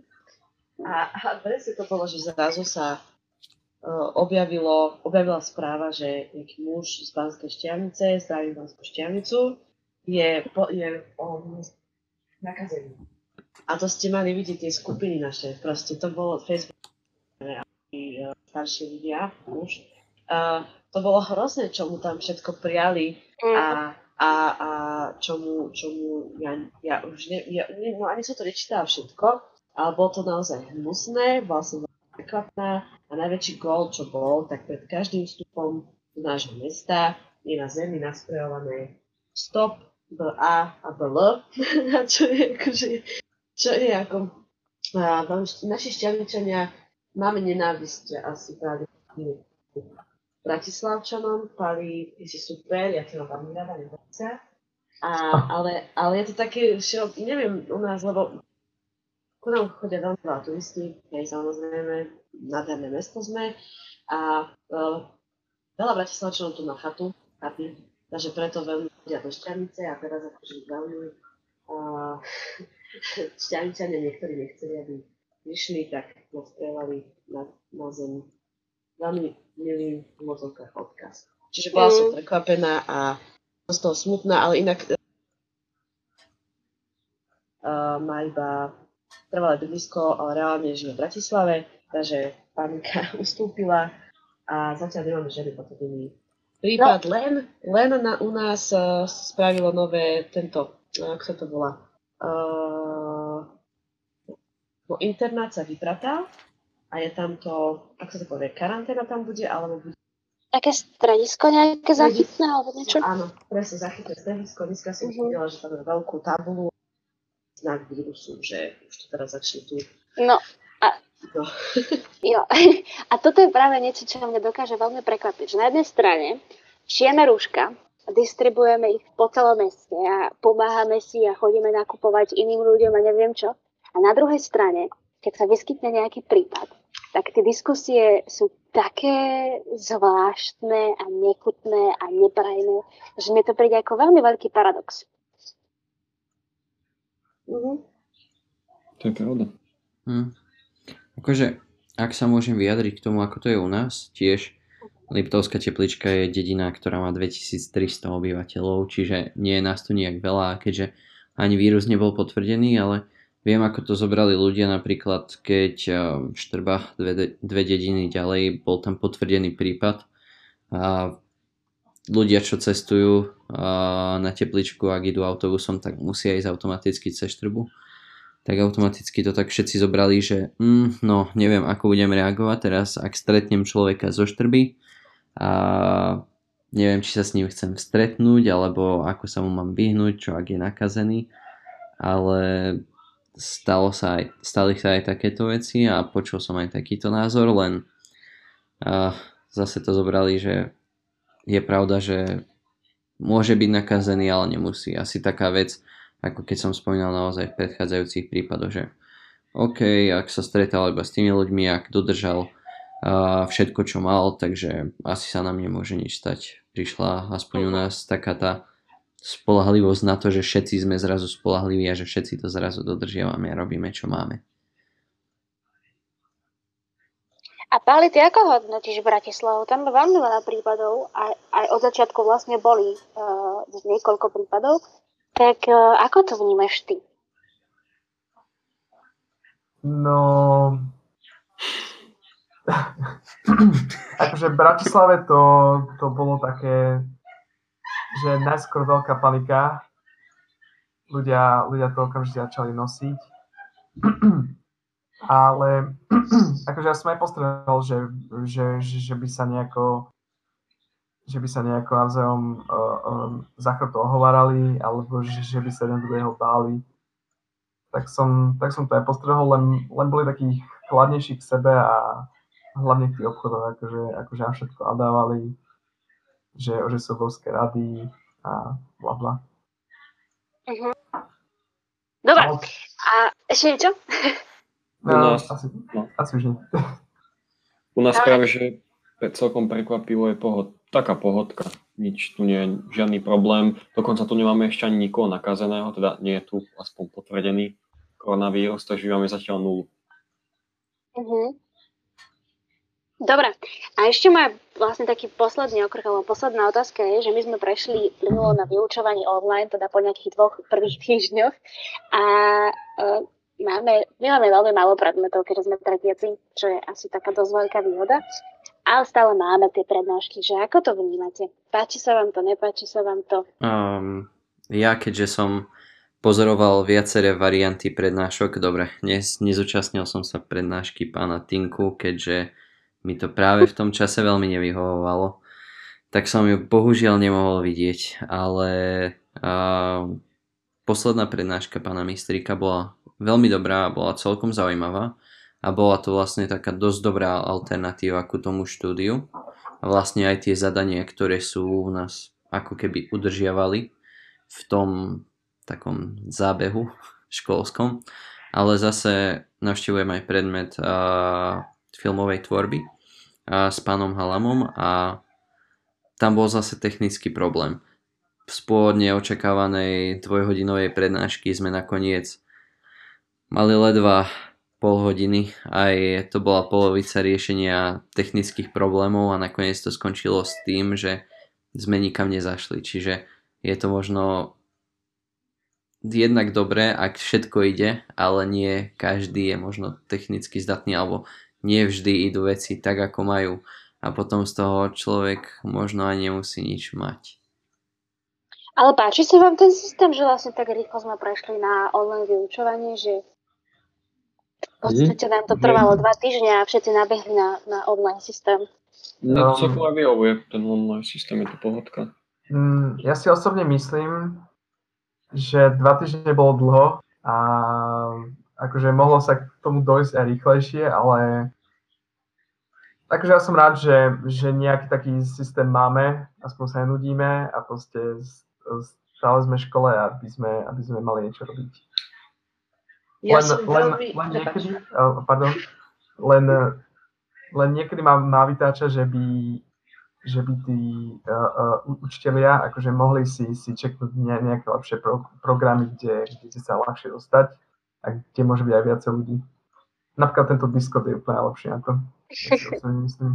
A, a presne to bolo, že zrazu sa uh, objavilo, objavila správa, že nejaký muž z Banskej Štiavnice, zdravím Banskú Štiavnicu, je, po, je um, nakazený. A to ste mali vidieť tie skupiny naše. Proste to bolo Facebook, uh, starší ľudia, už. Uh, to bolo hrozné, čo mu tam všetko prijali a, a, a čo mu, čo mu ja, ja už ne, ja, no ani sa to nečítala všetko, ale bolo to naozaj hnusné, bola som prekvapná a najväčší gól, čo bol, tak pred každým vstupom do nášho mesta je na zemi nasprejované stop, B A a B L, čo je akože, čo je ako, a, naši Šťavničania máme nenávisť asi práve Bratislavčanom, Pali, ty si super, ja ťa mám veľmi rada, neboj sa. A, ale, ale je to také, že neviem u nás, lebo ku nám chodia veľmi veľa turistí, hej, samozrejme, nádherné mesto sme a uh, veľa Bratislavčanov tu má chatu, chaty, takže preto veľmi chodia do Šťavnice a teraz akože zaujímavé. Uh, Šťavničania niektorí nechceli, aby vyšli, tak nastrelali na, na zemi. Veľmi milý v mozovkách odkaz. Čiže bola som prekvapená a z toho smutná, ale inak uh, má iba trvalé bydlisko, ale reálne žije v Bratislave, takže panika ustúpila a zatiaľ nemáme žiadny potvrdený prípad. No. Len, len na, u nás uh, spravilo nové tento, uh, ako sa to volá, uh, no, internát sa vypratal a je tam to, ako sa to povie, karanténa tam bude, alebo bude také stredisko nejaké zachytné alebo niečo? Áno, presne zachytné stredisko. Dneska som uh-huh. videla, že tam je veľkú tabulu, znak vírusu, že už to teraz začne tu. No a, no. Jo. A toto je práve niečo, čo mňa dokáže veľmi prekvapiť. Že na jednej strane šijeme rúška, distribuujeme ich po celom meste a pomáhame si a chodíme nakupovať iným ľuďom a neviem čo. A na druhej strane, keď sa vyskytne nejaký prípad, tak tie diskusie sú také zvláštne a nechutné a neprajné, že mi to príde ako veľmi veľký paradox. Uh-huh. To je pravda. Hm. Akože, ak sa môžem vyjadriť k tomu, ako to je u nás, tiež Liptovská Teplička je dedina, ktorá má dvetisíctristo obyvateľov, čiže nie je nás tu nejak veľa, keďže ani vírus nebol potvrdený, ale viem, ako to zobrali ľudia, napríklad keď v Štrbách dve, dve dediny ďalej bol tam potvrdený prípad a ľudia, čo cestujú na Tepličku, ak idú autobusom, tak musia ísť automaticky cez Štrbu. Tak automaticky to tak všetci zobrali, že mm, no, neviem, ako budem reagovať teraz, ak stretnem človeka zo Štrby a neviem, či sa s ním chcem stretnúť, alebo ako sa mu mám vyhnúť, čo ak je nakazený, ale stalo sa aj, stali sa aj takéto veci a počul som aj takýto názor, len uh, zase to zobrali, že je pravda, že môže byť nakazený, ale nemusí. Asi taká vec, ako keď som spomínal naozaj v predchádzajúcich prípadoch, že OK, ak sa stretal iba s tými ľuďmi, ak dodržal uh, všetko, čo mal, takže asi sa nám nemôže nič stať. Prišla aspoň u nás taká tá spoľahlivosť na to, že všetci sme zrazu spoľahliví a že všetci to zrazu dodržiavame a robíme, čo máme. A Páli, ty ako hodnotíš Bratislavu? Tam je veľmi veľa prípadov, aj, aj od začiatku vlastne boli uh, niekoľko prípadov. Tak uh, ako to vnímaš ty? No... akože v Bratislave to, to bolo také, že najskôr veľká panika. Ľudia, ľudia to okamžite začali nosiť. Ale akože ja som aj postrehol, že, že, že by sa nejako že by sa nejako navzájom uh, um, za chrbto ohovárali, alebo že, že by sa jeden druhého báli. Tak som, tak som to aj postrehol, len, len boli takí chladnejší k sebe a hlavne k tých obchodov, akože, akože na všetko nadávali, že, že sú obrovské rady a bla bla. Uh-huh. Dobre, no. A ešte niečo? U nás, no, asi, no. asi už nie. U nás práve, že celkom prekvapivo je pohod, taká pohodka. Nič tu nie je žiadny problém. Dokonca tu nemáme ešte ani nikoho nakazeného, teda nie je tu aspoň potvrdený koronavírus, takže máme zatiaľ nulu. Uh-huh. Dobre. A ešte má vlastne taký posledný okruh, alebo posledná otázka je, že my sme prešli plynulo na vyučovanie online, teda po nejakých dvoch prvých týždňoch. A uh, máme, my máme veľmi málo predmetov, keďže sme tretiaci, čo je asi taká dosť veľká výhoda. Ale stále máme tie prednášky, že ako to vnímate? Páči sa vám to, nepáči sa vám to? Um, ja keďže som pozoroval viaceré varianty prednášok, dobre, dnes nezúčastnil som sa prednášky pána Tinku, keďže mi to práve v tom čase veľmi nevyhovovalo, tak som ju bohužiaľ nemohol vidieť, ale uh, posledná prednáška pána Mistrika bola veľmi dobrá, bola celkom zaujímavá. A bola to vlastne taká dosť dobrá alternatíva ku tomu štúdiu. A vlastne aj tie zadania, ktoré sú u nás ako keby udržiavali v tom takom zábehu školskom, ale zase navštevujem aj predmet uh, filmovej tvorby uh, s pánom Halamom a tam bol zase technický problém. Z pôvodne očakávanej dvojhodinovej prednášky sme nakoniec mali ledva pol hodiny, aj to bola polovica riešenia technických problémov a nakoniec to skončilo s tým, že sme nikam nezašli. Čiže je to možno jednak dobré, ak všetko ide, ale nie každý je možno technicky zdatný, alebo nie vždy idú veci tak, ako majú. A potom z toho človek možno aj nemusí nič mať. Ale páči sa vám ten systém, že vlastne tak rýchlo sme prešli na online vyučovanie, že v podstate nám to trvalo dva týždne a všetci nabehli na, na online systém. No, co um, vyhovuje, ten online systém, je to pohodka. Um, ja si osobne myslím, že dva týždne bolo dlho a akože mohlo sa k tomu dojsť aj rýchlejšie, ale takže ja som rád, že, že nejaký taký systém máme, aspoň sa nenudíme a proste stále sme v škole, aby sme, aby sme mali niečo robiť. Ja len, som len, veľmi... len niekedy, uh, pardon, len, len niekedy ma, ma vytáča, že by, že by tí uh, uh, učitelia akože mohli si, si čeknúť ne, nejaké lepšie pro, programy, kde, kde sa ľahšie dostať a kde môže byť aj viacej ľudí. Napríklad tento Discord je úplne lepšie na to. Ja si osobne myslím.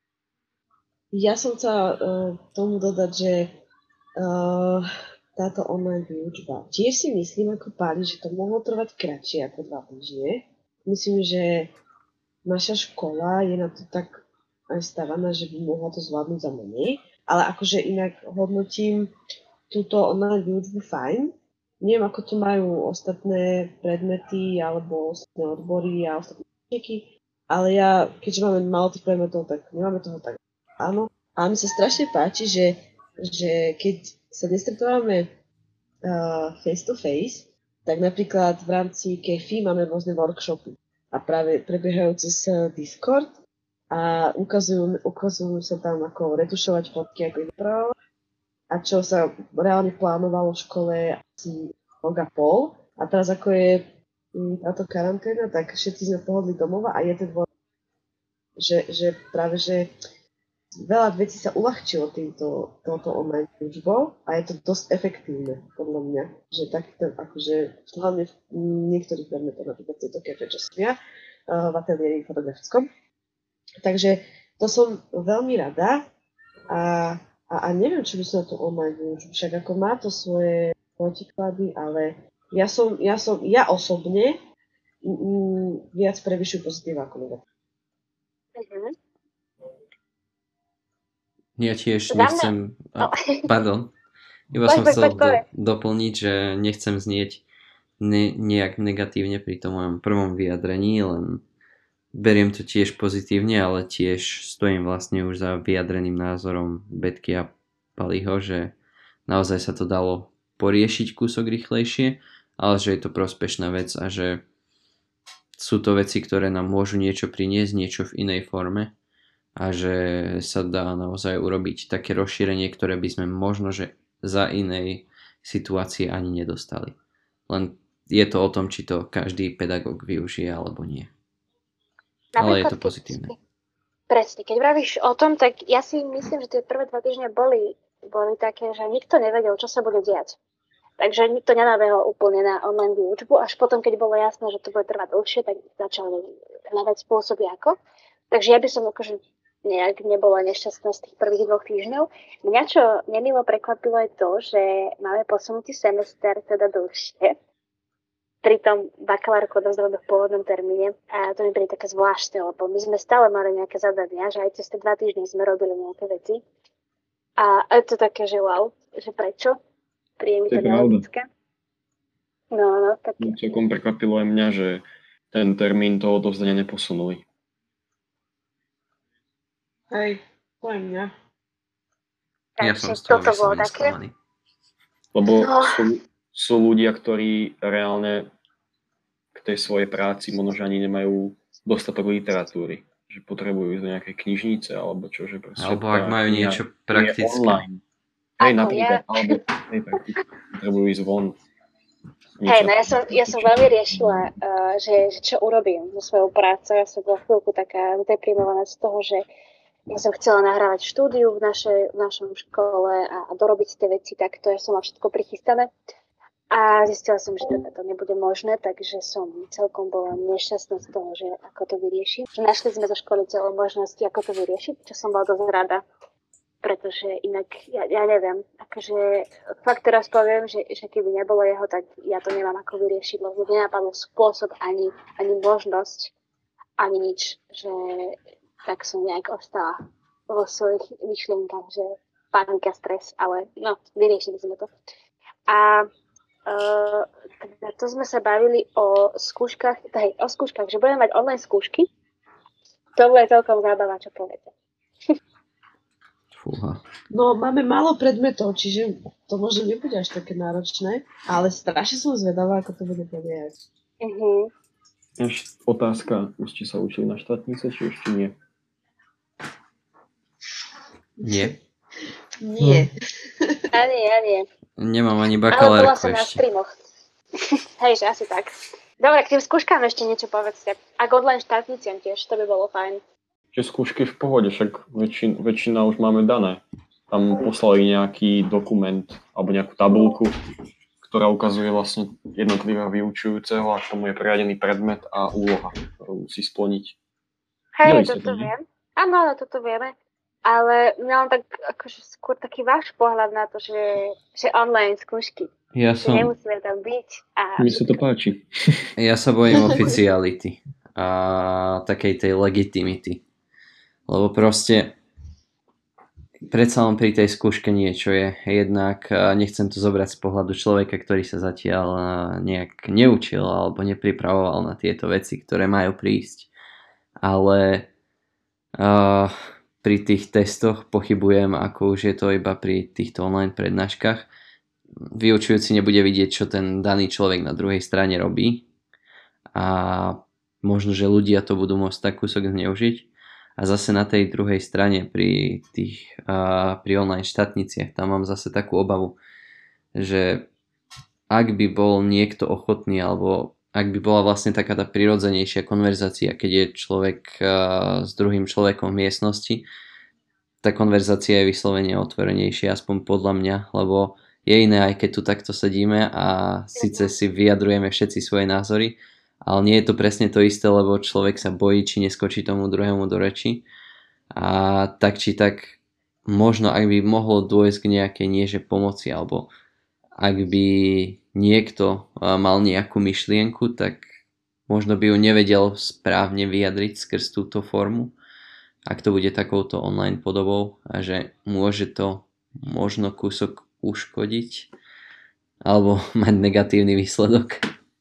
Ja som chcela uh, tomu dodať, že uh, táto online výučba. Tiež si myslím, ako Páli, že to mohlo trvať kratšie ako dva týždne. Myslím, že naša škola je na to tak aj stavaná, že by mohla to zvládnuť za menej. Ale akože inak hodnotím túto online výučbu fajn. Neviem, ako to majú ostatné predmety alebo ostatné odbory a ostatné učiteľky, ale ja, keďže máme málo tých predmetov, tak nemáme toho tak. Áno. A mi sa strašne páči, že, že keď sa nestretávame uh, face to face, tak napríklad v rámci Kefi máme rôzne workshopy a práve prebiehajú cez Discord a ukazujú, ukazujú sa tam, ako retušovať fotky, ako ich vypravovať a čo sa reálne plánovalo v škole asi rok a pol a teraz ako je m, táto karanténa, tak všetci sme pohodli domova a je to dvoj, že, že práve, že veľa vecí sa uľahčilo týmto, touto online výučbou a je to dosť efektívne, podľa mňa. Že takto, akože, hlavne v niektorých predmetoch, napríklad tieto kefe, čo som ja, v ateliéri fotografickom. Takže to som veľmi rada a, a, a neviem, či by som na to online výučbu, však ako má to svoje protiklady, ale ja som, ja som, ja osobne m, m, viac prevyšujem pozitíva ako negatíva. Mhm. Ja tiež Za nechcem... mňa- A, pardon. Iba Poď, som poď, chcel poď, povedz. do, doplniť, že nechcem znieť ne, nejak negatívne pri tom mojom prvom vyjadrení, len beriem to tiež pozitívne, ale tiež stojím vlastne už za vyjadreným názorom Betky a Paliho, že naozaj sa to dalo poriešiť kúsok rýchlejšie, ale že je to prospešná vec a že sú to veci, ktoré nám môžu niečo priniesť, niečo v inej forme a že sa dá naozaj urobiť také rozšírenie, ktoré by sme možno, že za inej situácie ani nedostali. Len je to o tom, či to každý pedagóg využije alebo nie. Ale je to pozitívne. Presne, keď vravíš o tom, tak ja si myslím, že tie prvé dva týždne boli, boli také, že nikto nevedel, čo sa bude diať. Takže nikto nenabehol úplne na online výučbu, až potom, keď bolo jasné, že to bude trvať dlhšie, tak začali hľadať spôsoby ako. Takže ja by som akože nejak nebola nešťastná z tých prvých dvoch týždňov. Mňa čo nemilo prekvapilo je to, že máme posunutý semester teda dlhšie. Pritom bakalárku odovzdáme v pôvodnom termíne a to mi príde také zvláštne, lebo my sme stále mali nejaké zadania, že aj cez tie dva týždne sme robili nejaké veci. A je to také, že wow, že prečo? Príde mi to nelogické. No, no, tak... Celkom prekvapilo aj mňa, že ten termín toho odovzdania neposunuli. Hej, to je mňa. Ja som z toho vyslovene sklamaný. Lebo No. sú, sú ľudia, ktorí reálne k tej svojej práci možno, že ani nemajú dostatok literatúry. Že potrebujú ísť do nejakej knižnice alebo čo, že proste... Alebo ak majú niečo praktické. Online. Hej, Ako napríklad, ja? alebo hej, prakticky potrebujú ísť von. Hej, no ja som, ja som veľmi riešila, uh, že, že čo urobím so svojou prácou. Ja som bola chvíľku taká deprimovaná z toho, že ja som chcela nahrávať štúdiu v, našej, v našom škole a, a dorobiť tie veci takto. Ja som mala všetko prichystané. A zistila som, že teda to nebude možné, takže som celkom bola nešťastná z toho, že ako to vyriešiť. Že našli sme zo školy celé možnosti, ako to vyriešiť, čo som bola dosť rada. Pretože inak, ja, ja neviem, akože fakt teraz poviem, že, že keby nebolo jeho, tak ja to nemám ako vyriešiť, lebo nenapadol spôsob ani, ani možnosť, ani nič, že tak som nejak ostala vo svojich myšlienkach, že panika, stres, ale no, vyriešili sme to. A uh, teda to sme sa bavili o skúškach, hej, o skúškach, že budeme mať online skúšky, to bude celkom zábava, čo poviete. Fúha. No, máme málo predmetov, čiže to možno nebude až také náročné, ale strašne som zvedavá, ako to bude prebiehať. Uh-huh. Ešte otázka, už ste sa učili na štátnice, či ešte nie? Nie. Nie. Ani, ani. Nemám ani Ale bola bakalárku som na ešte. streamoch. Hej, že asi tak. Dobre, k tým skúškám ešte niečo povedzte. Ak online štátniciam tiež, to by bolo fajn. Že skúšky v pohode, však väčšina, väčšina už máme dané. Tam poslali nejaký dokument alebo nejakú tabuľku, ktorá ukazuje vlastne jednotlivého vyučujúceho a k tomu je priradený predmet a úloha, ktorú musí splniť. Hej, Videli ste toto to, nie? viem. Áno, áno, toto vieme. Ale mňa mám tak akože skôr taký váš pohľad na to, že, že online skúšky. Ja Že som, nemusíme tam byť. A Mne sa to páči. ja sa bojím oficiality a takej tej legitimity. Lebo proste predsa len pri tej skúške niečo je. Jednak a nechcem to zobrať z pohľadu človeka, ktorý sa zatiaľ a, nejak neučil alebo nepripravoval na tieto veci, ktoré majú prísť. Ale a, pri tých testoch pochybujem, ako už je to iba pri týchto online prednáškach. Vyučujúci nebude vidieť, čo ten daný človek na druhej strane robí. A možno, že ľudia to budú môcť tak kúsok zneužiť. A zase na tej druhej strane pri tých uh, pri online štátniciach tam mám zase takú obavu, že ak by bol niekto ochotný alebo ak by bola vlastne taká tá prirodzenejšia konverzácia, keď je človek uh, s druhým človekom v miestnosti, tá konverzácia je vyslovene otvorenejšia, aspoň podľa mňa, lebo je iné, aj keď tu takto sedíme a síce si vyjadrujeme všetci svoje názory, ale nie je to presne to isté, lebo človek sa bojí, či neskočí tomu druhému do reči. A tak či tak, možno ak by mohlo dôjsť k nejakej nieže pomoci, alebo ak by niekto mal nejakú myšlienku, tak možno by ju nevedel správne vyjadriť skrz túto formu, ak to bude takouto online podobou, a že môže to možno kúsok uškodiť, alebo mať negatívny výsledok.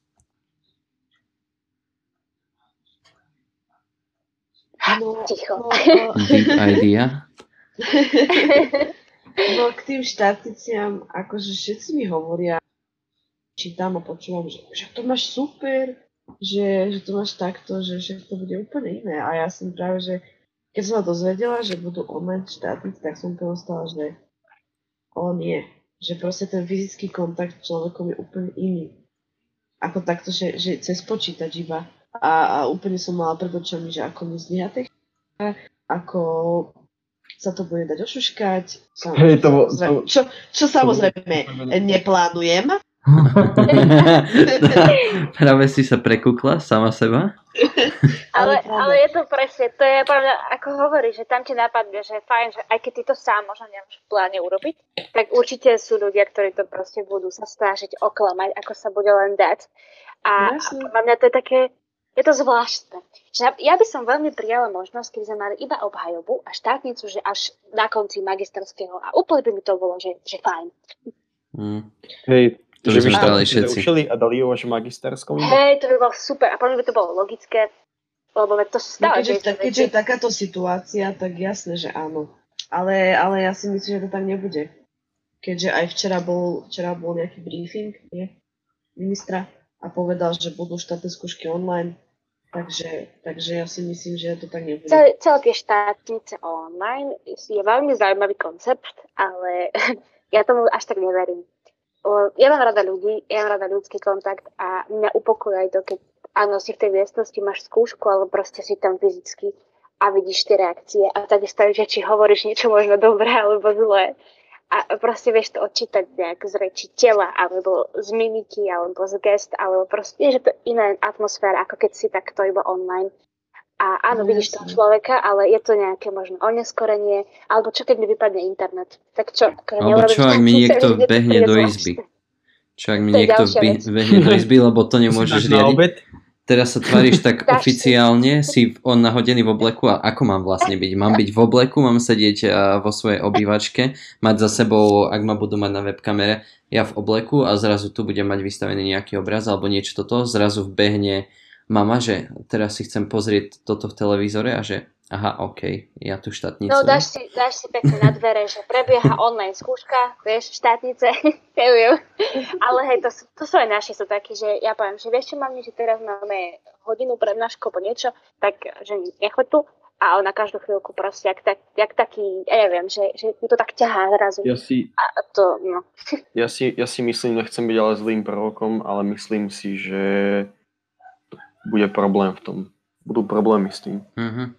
No, Ticho. no, no, Deep idea. no k tým štátniciam, akože všetci mi hovoria, čítam a počúvam, že, že to máš super, že, že to máš takto, že, že to bude úplne iné. A ja som práve, že keď som sa dozvedela, že budú online štátnici, tak som povedala, že o nie, že proste ten fyzický kontakt s človekom je úplne iný. Ako takto, že, že cez počítač iba. A, a úplne som mala pred očami, že ako mi znie technika, ako sa to bude dať ošuškať. Hej, to, to, čo, čo samozrejme neplánujem. Práve si sa prekúkla sama seba. Ale, ale je to presne, to je pre mňa, ako hovorí, že tam ti napadne, že fajn, že aj keď ty to sám možno nemáš v pláne urobiť, tak určite sú ľudia, ktorí to proste budú sa snažiť oklamať, ako sa bude len dať. A, a pre mňa to je také, je to zvláštne. Že ja by som veľmi prijala možnosť, keby sme mali iba obhajobu a štátnicu, že až na konci magisterského a úplne by mi to bolo, že, že fajn. Mm. hej, To že by sme vy dali ste všetci. učili a dali ju až v magisterskom? Hej, to by bolo super a podľa by to bolo logické, lebo to sú No, stále keďže, tieto keďže je veci. takáto situácia, tak jasné, že áno. Ale, ale ja si myslím, že to tak nebude. Keďže aj včera bol, včera bol nejaký briefing nie? ministra a povedal, že budú štátne skúšky online. Takže, takže ja si myslím, že to tak nebude. Celé, celé tie štátnice online je veľmi zaujímavý koncept, ale Ja tomu až tak neverím. O, ja mám rada ľudí, ja mám rada ľudský kontakt a mňa upokojuje aj to, keď áno, si v tej miestnosti máš skúšku, ale proste si tam fyzicky a vidíš tie reakcie a takisto, že či hovoríš niečo možno dobré alebo zlé. A proste vieš to odčítať nejak z reči tela, alebo z mimiky, alebo z gest, alebo proste, že to je iná atmosféra, ako keď si takto iba online. A áno, No, vidíš toho človeka, ale je to nejaké možno oneskorenie, alebo čo keď mi vypadne internet. Tak čo? Alebo čo ak mi niekto behne do izby. Čo ak mi niekto behne do izby, lebo to nemôžeš riadiť. Teraz sa tváriš tak oficiálne, si on nahodený v obleku a ako mám vlastne byť? Mám byť v obleku, mám sedieť vo svojej obývačke, mať za sebou, ak ma budú mať na webkamere, ja v obleku a zrazu tu budem mať vystavený nejaký obraz alebo niečo toto, zrazu vbehne mama, že teraz si chcem pozrieť toto v televízore a že aha, okej, okay, ja tu štátnicu. No dáš si, dáš si pekne na dvere, že prebieha online skúška, vieš, štátnice, neviem. Ale hej, to, to sú aj naši, sú takí, že ja poviem, že vieš čo mami, že teraz máme hodinu prednášku alebo niečo, tak že nechoď tu. A on na každú chvíľku proste, jak, tak, jak taký, ja neviem, že, že mi to tak ťahá zrazu. Ja si, a to, no. ja, si, ja si myslím, nechcem byť ale zlým prorokom, ale myslím si, že bude problém v tom. Budú problémy s tým. Mhm.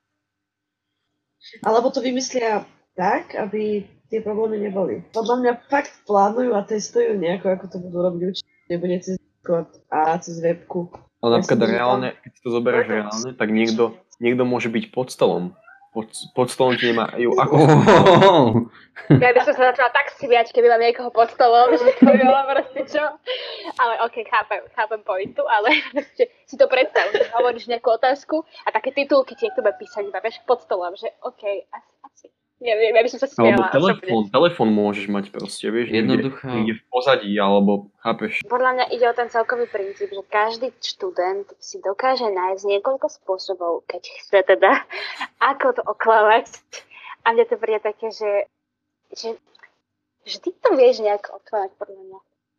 Alebo to vymyslia tak, aby tie problémy neboli. Podľa mňa fakt plánujú a testujú nejako, ako to budú robiť určite. Nebude cez kód a cez webku. Ale napríklad reálne, keď si to zoberieš reálne, tak niekto, niekto môže byť pod stolom. Pod, pod stolom ti nemajú ako... Oh. Ja by som sa začala tak sviať, keby mám niekoho pod stolom, že to by bolo proste čo. Ale okej, okay, chápem, chápem pointu, ale proste si to predstav, že hovoríš nejakú otázku a také titulky ti niekto bude písať iba, vieš, pod stolom, že okej, okay, asi, asi. Neviem, ja by som sa smiala. Alebo telefón, telefón môžeš mať proste, vieš, niekde, niekde v pozadí, alebo chápeš. Podľa mňa ide o ten celkový princíp, že každý študent si dokáže nájsť niekoľko spôsobov, keď chce teda, ako to oklamať. A mne to príde také, že, že, že ty to vieš nejak oklamať, podľa mňa.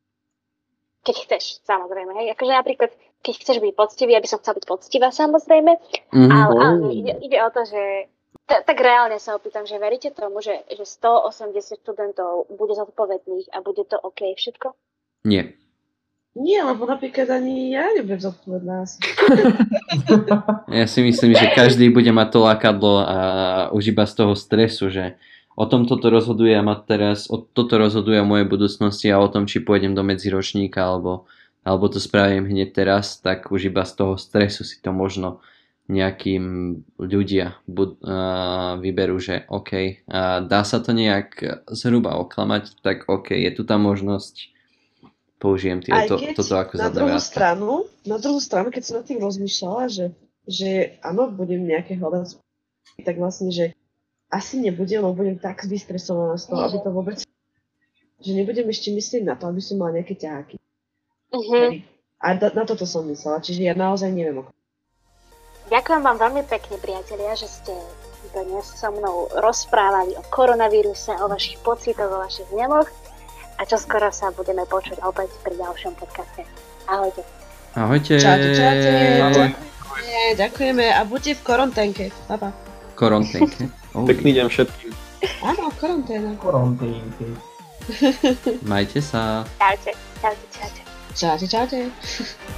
Keď chceš, samozrejme. Hej? Akože napríklad, keď chceš byť poctivý, ja by som chcela byť poctivá, samozrejme, mm-hmm. ale, ale ide, ide o to, že T- tak reálne sa opýtam, že veríte tomu, že, že stoosemdesiat študentov bude zodpovedných a bude to OK všetko? Nie. Nie, lebo napríklad ani ja nebudem zodpovedná asi. Ja si myslím, že každý bude mať to lákadlo a už iba z toho stresu, že o tom toto rozhoduje a ma teraz, o toto rozhoduje o mojej budúcnosti a o tom, či pôjdem do medziročníka alebo, alebo to spravím hneď teraz, tak už iba z toho stresu si to možno nejakým ľudia bud- uh, vyberú, že OK, uh, dá sa to nejak zhruba oklamať, tak OK, je tu tá možnosť, použijem tieto, toto ako na druhú zadaviatka. stranu, na druhú stranu, keď som nad tým rozmýšľala, že, že áno, budem nejaké hľadať, tak vlastne, že asi nebudem, lebo budem tak vystresovaná z toho, aby to vôbec, že nebudem ešte myslieť na to, aby som mala nejaké ťaháky. Uh-huh. A na toto som myslela, čiže ja naozaj neviem, ako. Ďakujem vám veľmi pekne, priatelia, že ste dnes so mnou rozprávali o koronavíruse, o vašich pocitoch, o vašich vnemoch a čoskoro sa budeme počuť opäť pri ďalšom podcaste. Ahojte. Ahojte. Čaute, čaute. Ďakujeme, ďakujeme a buďte v koronténke. Pa, pa. Koronténke. Oh. Pekný deň všetkým. Áno, koronténa. Koronténky. Majte sa. Čaute, čaute, čaute. Čaute, čaute.